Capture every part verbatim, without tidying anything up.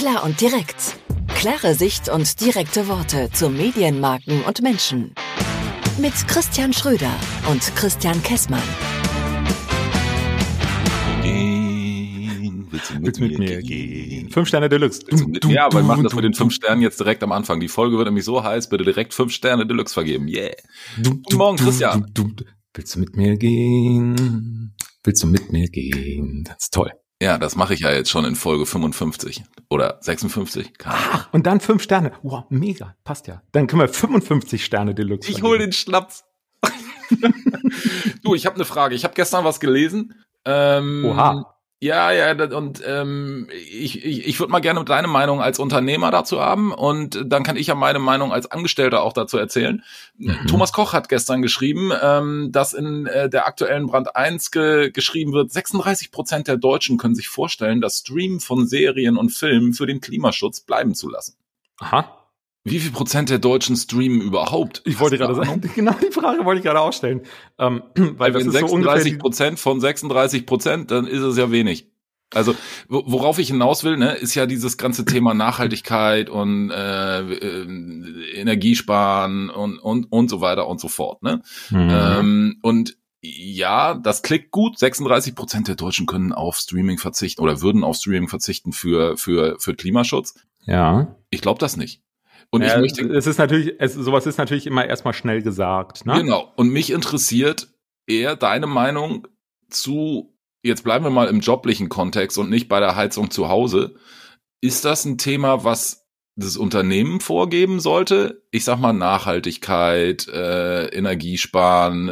Klar und direkt. Klare Sicht und direkte Worte zu Medienmarken und Menschen. Mit Christian Schröder und Christian Kessmann. Gehen, willst du mit, willst mit mir gehen? gehen? Fünf Sterne Deluxe. Du, du, ja, aber wir machen das mit den fünf Sternen jetzt direkt am Anfang. Die Folge wird nämlich so heiß, bitte direkt fünf Sterne Deluxe vergeben. Yeah. Du, Guten Morgen, du, Christian. Du, du, du. Willst du mit mir gehen? Willst du mit mir gehen? Das ist toll. Ja, das mache ich ja jetzt schon in Folge fünfundfünfzig oder sechsundfünfzig. Ach, und dann fünf Sterne. Wow, mega, passt ja. Dann können wir fünfundfünfzig Sterne Deluxe Ich hol den Schnaps. Du, ich habe eine Frage. Ich habe gestern was gelesen. Ähm, Oha. Ja, ja, und ähm, ich, ich, ich würde mal gerne deine Meinung als Unternehmer dazu haben und dann kann ich ja meine Meinung als Angestellter auch dazu erzählen. Mhm. Thomas Koch hat gestern geschrieben, ähm, dass in äh, der aktuellen Brand eins ge- geschrieben wird, sechsunddreißig Prozent der Deutschen können sich vorstellen, das Streamen von Serien und Filmen für den Klimaschutz bleiben zu lassen. Aha. Wie viel Prozent der Deutschen streamen überhaupt? Ich wollte gerade sagen, genau die Frage wollte ich gerade auch stellen. Ähm, weil, weil das wenn ist sechsunddreißig Prozent so von sechsunddreißig Prozent, dann ist es ja wenig. Also worauf ich hinaus will, ne, ist ja dieses ganze Thema Nachhaltigkeit und äh, äh, Energiesparen und und und so weiter und so fort. Ne? Mhm. Ähm, und ja, das klickt gut. sechsunddreißig Prozent der Deutschen können auf Streaming verzichten oder würden auf Streaming verzichten für für für Klimaschutz. Ja. Ich glaube das nicht. Und ja, ich möchte, es ist natürlich, es, sowas ist natürlich immer erstmal schnell gesagt, ne? Genau. Und mich interessiert eher deine Meinung zu, jetzt bleiben wir mal im joblichen Kontext und nicht bei der Heizung zu Hause. Ist das ein Thema, was das Unternehmen vorgeben sollte? Ich sag mal Nachhaltigkeit, äh, Energiesparen,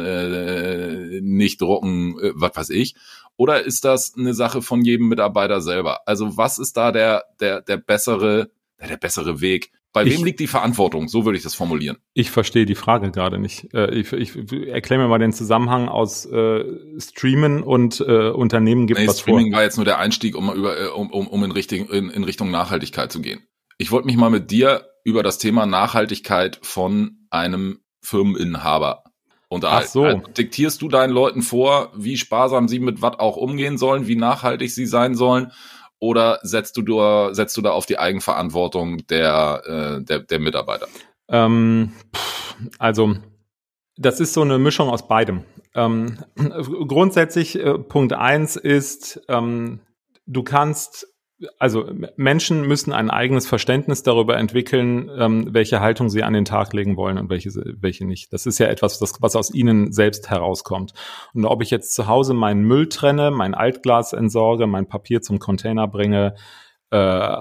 äh, nicht drucken, äh, was weiß ich. Oder ist das eine Sache von jedem Mitarbeiter selber? Also was ist da der, der, der bessere, der, der bessere Weg? Bei wem ich, liegt die Verantwortung? So würde ich das formulieren. Ich verstehe die Frage gerade nicht. Ich, ich, ich erkläre mir mal den Zusammenhang aus äh, Streamen und äh, Unternehmen gibt nee, was Streaming vor. war jetzt nur der Einstieg, um über um um, um in, Richtung, in, in Richtung Nachhaltigkeit zu gehen. Ich wollte mich mal mit dir über das Thema Nachhaltigkeit von einem Firmeninhaber unterhalten. Ach so. Also, diktierst du deinen Leuten vor, wie sparsam sie mit was auch umgehen sollen, wie nachhaltig sie sein sollen? Oder setzt du da, setzt du da auf die Eigenverantwortung der, äh, der, der Mitarbeiter? Ähm, also, das ist so eine Mischung aus beidem. Ähm, grundsätzlich, äh, Punkt eins ist, ähm, du kannst, also Menschen müssen ein eigenes Verständnis darüber entwickeln, ähm, welche Haltung sie an den Tag legen wollen und welche, welche nicht. Das ist ja etwas, das, was aus ihnen selbst herauskommt. Und ob ich jetzt zu Hause meinen Müll trenne, mein Altglas entsorge, mein Papier zum Container bringe, äh,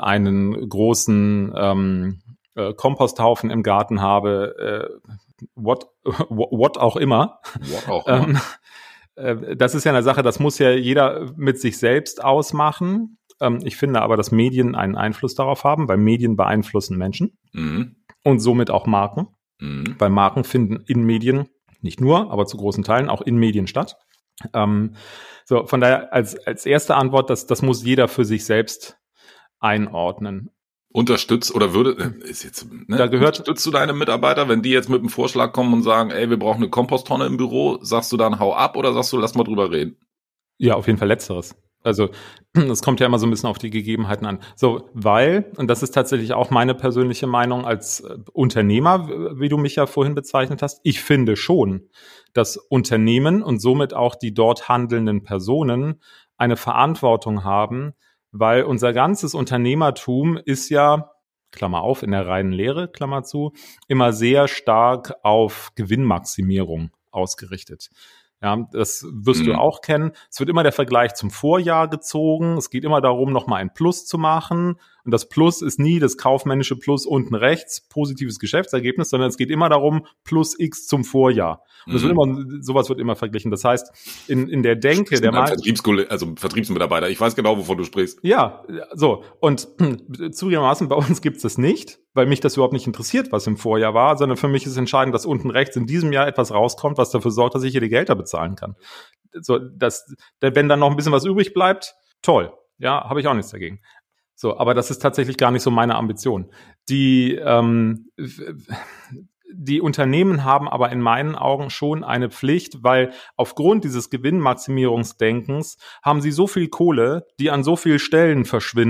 einen großen ähm, äh, Komposthaufen im Garten habe, äh, what, what auch immer. What auch immer. ähm, äh, das ist ja eine Sache, das muss ja jeder mit sich selbst ausmachen. Ich finde aber, dass Medien einen Einfluss darauf haben, weil Medien beeinflussen Menschen mhm. und somit auch Marken, mhm. weil Marken finden in Medien, nicht nur, aber zu großen Teilen auch in Medien statt. Ähm, so, von daher als, als erste Antwort, das, das muss jeder für sich selbst einordnen. Unterstützt oder würde, ist jetzt, ne, da gehört, unterstützt du deine Mitarbeiter, wenn die jetzt mit einem Vorschlag kommen und sagen, ey, wir brauchen eine Komposttonne im Büro, sagst du dann hau ab oder sagst du, lass mal drüber reden? Ja, auf jeden Fall Letzteres. Also es kommt ja immer so ein bisschen auf die Gegebenheiten an. So, weil, und das ist tatsächlich auch meine persönliche Meinung als Unternehmer, wie du mich ja vorhin bezeichnet hast, ich finde schon, dass Unternehmen und somit auch die dort handelnden Personen eine Verantwortung haben, weil unser ganzes Unternehmertum ist ja, Klammer auf, in der reinen Lehre, Klammer zu, immer sehr stark auf Gewinnmaximierung ausgerichtet. Ja, das wirst mhm. du auch kennen. Es wird immer der Vergleich zum Vorjahr gezogen. Es geht immer darum, nochmal ein Plus zu machen. Und das Plus ist nie das kaufmännische Plus unten rechts, positives Geschäftsergebnis, sondern es geht immer darum, plus X zum Vorjahr. Und das mhm. wird immer, sowas wird immer verglichen. Das heißt, in, in der Denke der Mal also Vertriebsmitarbeiter, ich weiß genau, wovon du sprichst. Ja, so. Und zugegebenermaßen bei uns gibt's das nicht, weil mich das überhaupt nicht interessiert, was im Vorjahr war, sondern für mich ist entscheidend, dass unten rechts in diesem Jahr etwas rauskommt, was dafür sorgt, dass ich hier die Gelder bezahlen kann. So, das, wenn dann noch ein bisschen was übrig bleibt, toll. Ja, habe ich auch nichts dagegen. So, aber das ist tatsächlich gar nicht so meine Ambition. Die, ähm, die Unternehmen haben aber in meinen Augen schon eine Pflicht, weil aufgrund dieses Gewinnmaximierungsdenkens haben sie so viel Kohle, die an so vielen Stellen verschwindet,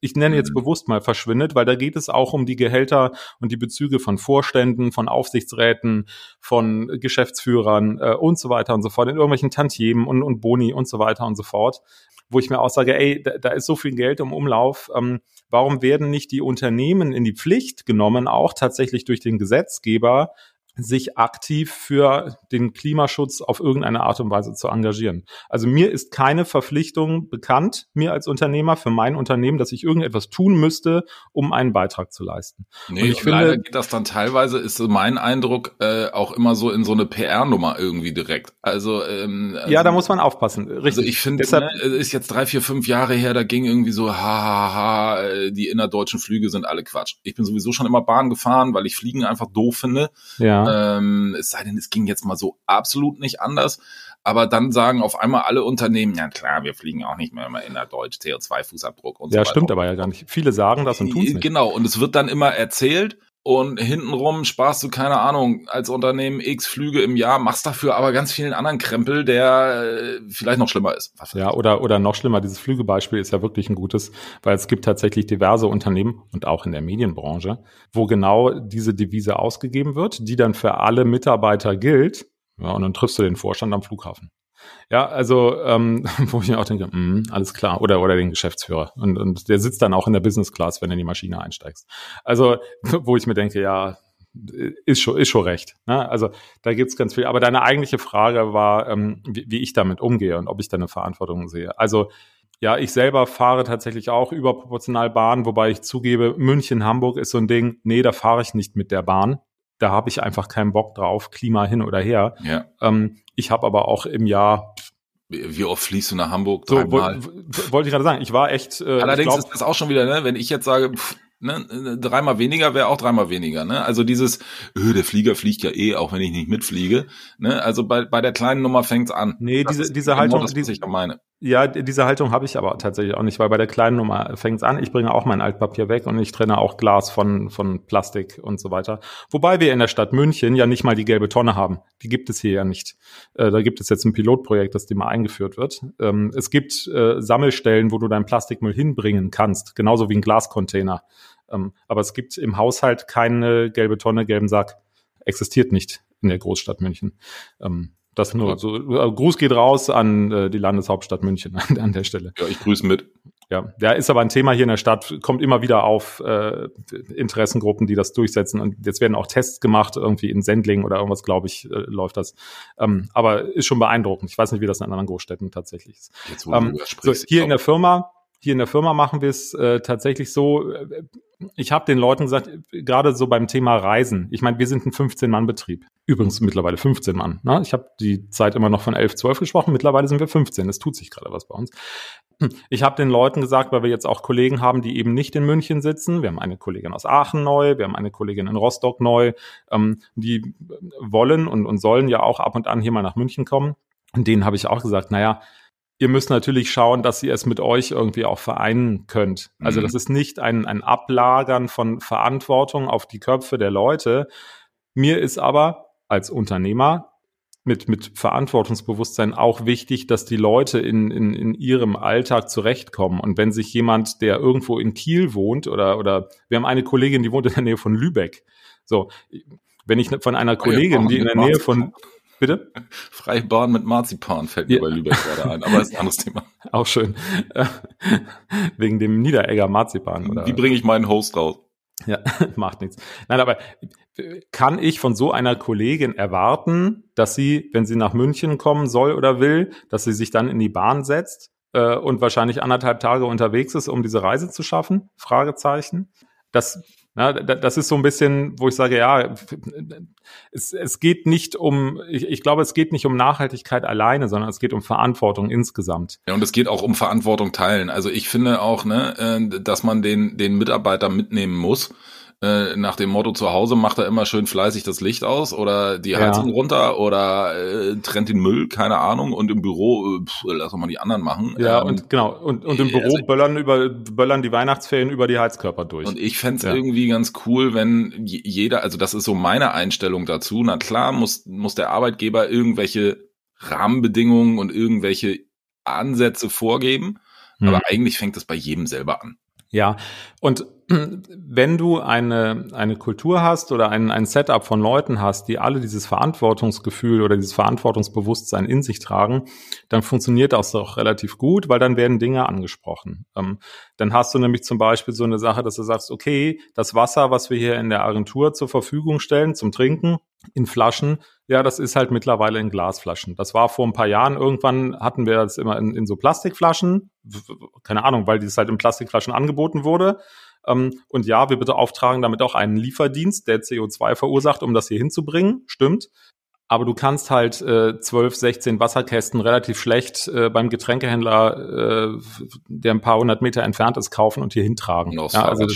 ich nenne jetzt Mhm. bewusst mal verschwindet, weil da geht es auch um die Gehälter und die Bezüge von Vorständen, von Aufsichtsräten, von Geschäftsführern äh, und so weiter und so fort, in irgendwelchen Tantiemen und, und Boni und so weiter und so fort, wo ich mir auch sage, ey, da, da ist so viel Geld im Umlauf, ähm, warum werden nicht die Unternehmen in die Pflicht genommen, auch tatsächlich durch den Gesetzgeber, sich aktiv für den Klimaschutz auf irgendeine Art und Weise zu engagieren. Also mir ist keine Verpflichtung bekannt, mir als Unternehmer, für mein Unternehmen, dass ich irgendetwas tun müsste, um einen Beitrag zu leisten. Nee, und ich und finde, leider geht das dann teilweise, ist so mein Eindruck, äh, auch immer so in so eine P R-Nummer irgendwie direkt. Also, ähm, also ja, da muss man aufpassen. Richtig. Also ich finde, Deshalb, ne, es ist jetzt drei, vier, fünf Jahre her, da ging irgendwie so, ha, ha, ha, äh, die innerdeutschen Flüge sind alle Quatsch. Ich bin sowieso schon immer Bahn gefahren, weil ich Fliegen einfach doof finde. ja. Ähm, es sei denn, es ging jetzt mal so absolut nicht anders. Aber dann sagen auf einmal alle Unternehmen, ja klar, wir fliegen auch nicht mehr immer innerdeutsch, C O zwei Fußabdruck und so Ja, weiter. stimmt aber ja gar nicht. Viele sagen das und tun es nicht. Genau, und es wird dann immer erzählt und hintenrum sparst du, keine Ahnung, als Unternehmen x Flüge im Jahr, machst dafür aber ganz vielen anderen Krempel, der äh, vielleicht noch schlimmer ist. Was Ja, oder oder noch schlimmer, dieses Flügebeispiel ist ja wirklich ein gutes, weil es gibt tatsächlich diverse Unternehmen und auch in der Medienbranche, wo genau diese Devise ausgegeben wird, die dann für alle Mitarbeiter gilt. Ja, und dann triffst du den Vorstand am Flughafen. Ja, also ähm, wo ich mir auch denke, mh, alles klar, oder oder den Geschäftsführer und und der sitzt dann auch in der Business Class, wenn du in die Maschine einsteigst. Also wo ich mir denke, ja, ist schon ist schon recht. Ne? Also da gibt's ganz viel. Aber deine eigentliche Frage war, ähm, wie, wie ich damit umgehe und ob ich da eine Verantwortung sehe. Also ja, ich selber fahre tatsächlich auch überproportional Bahn, wobei ich zugebe, München, Hamburg ist so ein Ding, nee, da fahre ich nicht mit der Bahn. Da habe ich einfach keinen Bock drauf, Klima hin oder her. Ja. Ähm, ich habe aber auch im Jahr Wie wie oft fliegst du nach Hamburg? so Dreimal. woll- wollte ich gerade sagen, ich war echt. Äh, Allerdings ich glaub, ist das auch schon wieder, ne, wenn ich jetzt sage, pff, ne, dreimal weniger wäre auch dreimal weniger, ne? Also dieses, öh, der Flieger fliegt ja eh, auch wenn ich nicht mitfliege, ne? Also bei bei der kleinen Nummer fängt's an. Nee, Das diese ist diese genau Haltung, das, was diese, ich da meine. ja, diese Haltung habe ich aber tatsächlich auch nicht, weil bei der kleinen Nummer fängt's an. Ich bringe auch mein Altpapier weg und ich trenne auch Glas von von Plastik und so weiter. Wobei wir in der Stadt München ja nicht mal die gelbe Tonne haben. Die gibt es hier ja nicht. Äh, da gibt es jetzt ein Pilotprojekt, das dem mal eingeführt wird. Ähm, es gibt äh, Sammelstellen, wo du deinen Plastikmüll hinbringen kannst, genauso wie ein Glascontainer. Ähm, aber es gibt im Haushalt keine gelbe Tonne, gelben Sack. Existiert nicht in der Großstadt München. Ähm, Das nur so. Äh, Gruß geht raus an äh, die Landeshauptstadt München an, an der Stelle. Ja, ich grüße mit. Ja, der ist aber ein Thema hier in der Stadt, kommt immer wieder auf äh, Interessengruppen, die das durchsetzen. Und jetzt werden auch Tests gemacht, irgendwie in Sendling oder irgendwas, glaube ich, äh, läuft das. Ähm, aber ist schon beeindruckend. Ich weiß nicht, wie das in anderen Großstädten tatsächlich ist. Jetzt, wo Ähm, du darüber so, sprichst. hier in der Firma, hier in der Firma machen wir es äh, tatsächlich so. Äh, ich habe den Leuten gesagt, gerade so beim Thema Reisen. Ich meine, wir sind ein fünfzehn-Mann-Betrieb. Übrigens mittlerweile fünfzehn Mann. Ne? Ich habe die Zeit immer noch von elf, zwölf gesprochen. Mittlerweile sind wir fünfzehn. Es tut sich gerade was bei uns. Ich habe den Leuten gesagt, weil wir jetzt auch Kollegen haben, die eben nicht in München sitzen. Wir haben eine Kollegin aus Aachen neu, wir haben eine Kollegin in Rostock neu. Ähm, die wollen und, und sollen ja auch ab und an hier mal nach München kommen. Und denen habe ich auch gesagt, naja, ihr müsst natürlich schauen, dass ihr es mit euch irgendwie auch vereinen könnt. Also Mhm. das ist nicht ein, ein Ablagern von Verantwortung auf die Köpfe der Leute. Mir ist aber als Unternehmer mit, mit Verantwortungsbewusstsein auch wichtig, dass die Leute in, in, in ihrem Alltag zurechtkommen. Und wenn sich jemand, der irgendwo in Kiel wohnt oder, oder wir haben eine Kollegin, die wohnt in der Nähe von Lübeck. So, wenn ich von einer Kollegin, die in der Nähe von, bitte? Freie Bahn mit Marzipan fällt mir Ja. bei Lübeck gerade ein, aber das ist ein anderes Thema. Auch schön. Wegen dem Niederegger Marzipan. Oder? Wie bringe ich meinen Host raus? Ja, macht nichts. Nein, aber kann ich von so einer Kollegin erwarten, dass sie, wenn sie nach München kommen soll oder will, dass sie sich dann in die Bahn setzt äh, und wahrscheinlich anderthalb Tage unterwegs ist, um diese Reise zu schaffen? Fragezeichen. Das, ja, das ist so ein bisschen, wo ich sage, ja, es, es geht nicht um, ich, ich glaube, es geht nicht um Nachhaltigkeit alleine, sondern es geht um Verantwortung insgesamt. Ja, und es geht auch um Verantwortung teilen. Also ich finde auch, ne, äh, dass man den den Mitarbeiter mitnehmen muss. Äh, nach dem Motto, zu Hause macht er immer schön fleißig das Licht aus oder die Heizung Ja. runter oder äh, trennt den Müll, keine Ahnung, und im Büro, äh, pff, lass doch mal die anderen machen. Ja, Ähm, und genau, und, und im Büro also- böllern über böllern die Weihnachtsferien über die Heizkörper durch. Und ich fänd's Ja. irgendwie ganz cool, wenn j- jeder, also das ist so meine Einstellung dazu, na klar muss muss der Arbeitgeber irgendwelche Rahmenbedingungen und irgendwelche Ansätze vorgeben, Hm. aber eigentlich fängt es bei jedem selber an. Ja, und wenn du eine, eine Kultur hast oder ein, ein Setup von Leuten hast, die alle dieses Verantwortungsgefühl oder dieses Verantwortungsbewusstsein in sich tragen, dann funktioniert das auch relativ gut, weil dann werden Dinge angesprochen. Ähm, dann hast du nämlich zum Beispiel so eine Sache, dass du sagst, okay, das Wasser, was wir hier in der Agentur zur Verfügung stellen zum Trinken in Flaschen, ja, das ist halt mittlerweile in Glasflaschen. Das war vor ein paar Jahren, irgendwann hatten wir das immer in, in so Plastikflaschen, keine Ahnung, weil dieses halt in Plastikflaschen angeboten wurde. Um, und ja, wir beauftragen damit auch einen Lieferdienst, der C O zwei verursacht, um das hier hinzubringen. Stimmt. Aber du kannst halt äh, zwölf, sechzehn Wasserkästen relativ schlecht äh, beim Getränkehändler, äh, der ein paar hundert Meter entfernt ist, kaufen und hier hintragen. Und ja, also,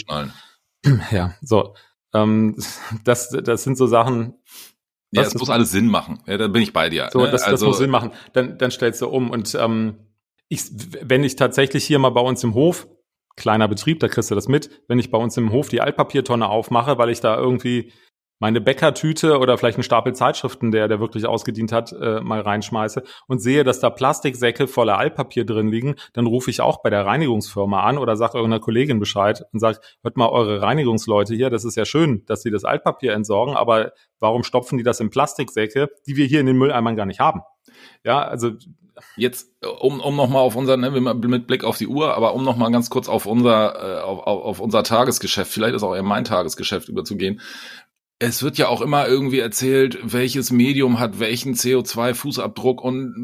ja, so. Ähm, das, das sind so Sachen. Ja, es muss alles Sinn machen. Ja, da bin ich bei dir. So, ne? das, das also, muss Sinn machen. Dann, dann stellst du um. Und ähm, ich, wenn ich tatsächlich hier mal bei uns im Hof, kleiner Betrieb, da kriegst du das mit, wenn ich bei uns im Hof die Altpapiertonne aufmache, weil ich da irgendwie meine Bäckertüte oder vielleicht einen Stapel Zeitschriften, der der wirklich ausgedient hat, äh, mal reinschmeiße und sehe, dass da Plastiksäcke voller Altpapier drin liegen, dann rufe ich auch bei der Reinigungsfirma an oder sage irgendeiner Kollegin Bescheid und sage, hört mal, eure Reinigungsleute hier, das ist ja schön, dass sie das Altpapier entsorgen, aber warum stopfen die das in Plastiksäcke, die wir hier in den Mülleimern gar nicht haben? Ja, also Jetzt, um, um nochmal auf unser, ne, mit Blick auf die Uhr, aber um nochmal ganz kurz auf unser, äh, auf, auf unser Tagesgeschäft, vielleicht ist auch eher mein Tagesgeschäft überzugehen. Es wird ja auch immer irgendwie erzählt, welches Medium hat welchen C O zwei Fußabdruck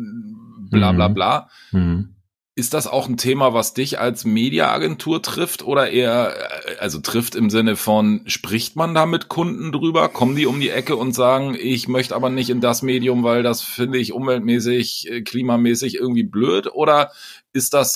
und bla bla bla. Mhm. Ist das auch ein Thema, was dich als Mediaagentur trifft oder eher, also trifft im Sinne von, spricht man da mit Kunden drüber? Kommen die um die Ecke und sagen, ich möchte aber nicht in das Medium, weil das finde ich umweltmäßig, klimamäßig irgendwie blöd? Oder ist das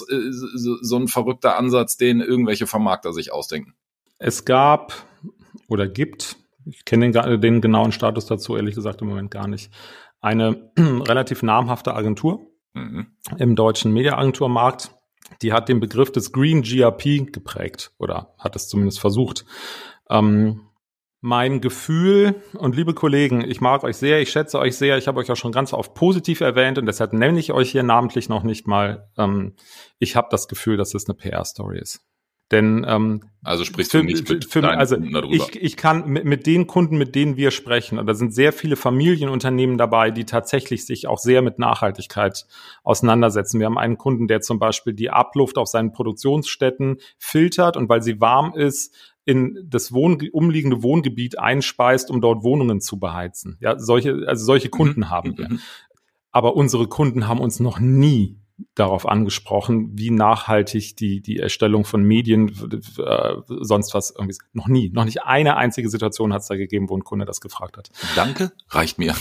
so ein verrückter Ansatz, den irgendwelche Vermarkter sich ausdenken? Es gab oder gibt, ich kenne den, den genauen Status dazu ehrlich gesagt im Moment gar nicht, eine relativ namhafte Agentur Mhm. im deutschen Mediaagenturmarkt, die hat den Begriff des Green G R P geprägt oder hat es zumindest versucht. Ähm, mein Gefühl und liebe Kollegen, ich mag euch sehr, ich schätze euch sehr, ich habe euch auch schon ganz oft positiv erwähnt und deshalb nenne ich euch hier namentlich noch nicht mal. Ähm, ich habe das Gefühl, dass es eine P R-Story ist. Denn ähm, also sprichst für, du nicht mit für, deinen also Kunden darüber? Ich, ich kann mit, mit den Kunden, mit denen wir sprechen, und da sind sehr viele Familienunternehmen dabei, die tatsächlich sich auch sehr mit Nachhaltigkeit auseinandersetzen. Wir haben einen Kunden, der zum Beispiel die Abluft auf seinen Produktionsstätten filtert und weil sie warm ist, in das Wohn- umliegende Wohngebiet einspeist, um dort Wohnungen zu beheizen. Ja, solche, also solche Kunden mhm. haben wir. Aber unsere Kunden haben uns noch nie darauf angesprochen, wie nachhaltig die die Erstellung von Medien, äh, sonst was irgendwie, noch nie, noch nicht eine einzige Situation hat es da gegeben, wo ein Kunde das gefragt hat. Danke, reicht mir.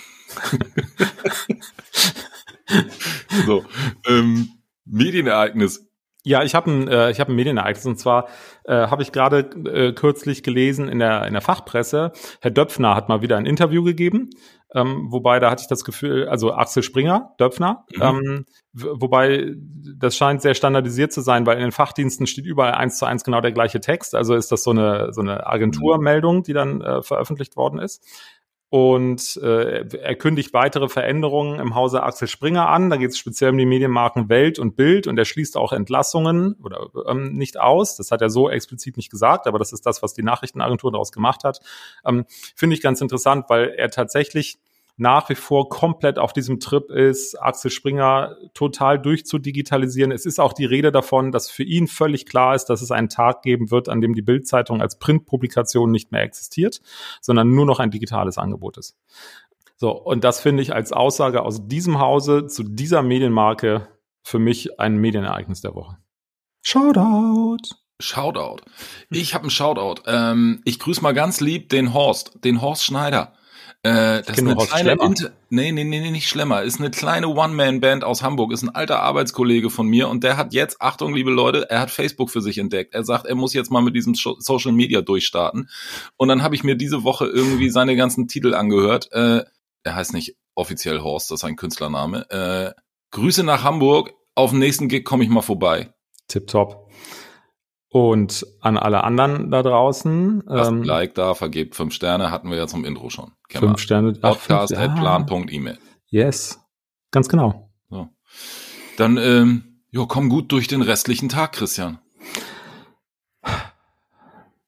so, ähm, Medienereignis. Ja, ich habe ein, äh, ich habe ein Medienereignis und zwar äh, habe ich gerade äh, kürzlich gelesen in der in der Fachpresse, Herr Döpfner hat mal wieder ein Interview gegeben, ähm, wobei da hatte ich das Gefühl, also Axel Springer, Döpfner, mhm. ähm, w- wobei das scheint sehr standardisiert zu sein, weil in den Fachdiensten steht überall eins zu eins genau der gleiche Text, also ist das so eine so eine Agenturmeldung, die dann äh, veröffentlicht worden ist. Und äh, er kündigt weitere Veränderungen im Hause Axel Springer an. Da geht es speziell um die Medienmarken Welt und Bild und er schließt auch Entlassungen oder ähm, nicht aus. Das hat er so explizit nicht gesagt, aber das ist das, was die Nachrichtenagentur daraus gemacht hat. Ähm, finde ich ganz interessant, weil er tatsächlich nach wie vor komplett auf diesem Trip ist, Axel Springer total durchzudigitalisieren. Es ist auch die Rede davon, dass für ihn völlig klar ist, dass es einen Tag geben wird, an dem die Bild-Zeitung als Printpublikation nicht mehr existiert, sondern nur noch ein digitales Angebot ist. So, und das finde ich als Aussage aus diesem Hause zu dieser Medienmarke für mich ein Medienereignis der Woche. Shoutout! Shoutout. Ich habe einen Shoutout. Ähm, ich grüße mal ganz lieb den Horst, den Horst Schneider. Äh, das ist eine kleine Inter- nee, nee, nee, nee, nicht Schlemmer. Ist eine kleine One-Man-Band aus Hamburg. Ist ein alter Arbeitskollege von mir und der hat jetzt, Achtung, liebe Leute, er hat Facebook für sich entdeckt. Er sagt, er muss jetzt mal mit diesem Social Media durchstarten. Und dann habe ich mir diese Woche irgendwie seine ganzen Titel angehört. Äh, er heißt nicht offiziell Horst, das ist ein Künstlername. Äh, Grüße nach Hamburg. Auf den nächsten Gig komme ich mal vorbei. Tipptopp. Und an alle anderen da draußen. Lasst ein ähm, Like da, vergebt fünf Sterne, hatten wir ja zum Intro schon. Kennen fünf wir. Sterne. Podcast at plan punkt e-mail. Yes, ganz genau. So. Dann, ähm, jo, komm gut durch den restlichen Tag, Christian.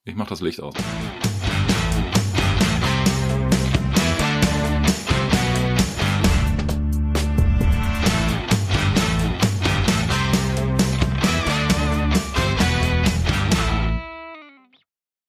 Ich mach das Licht aus.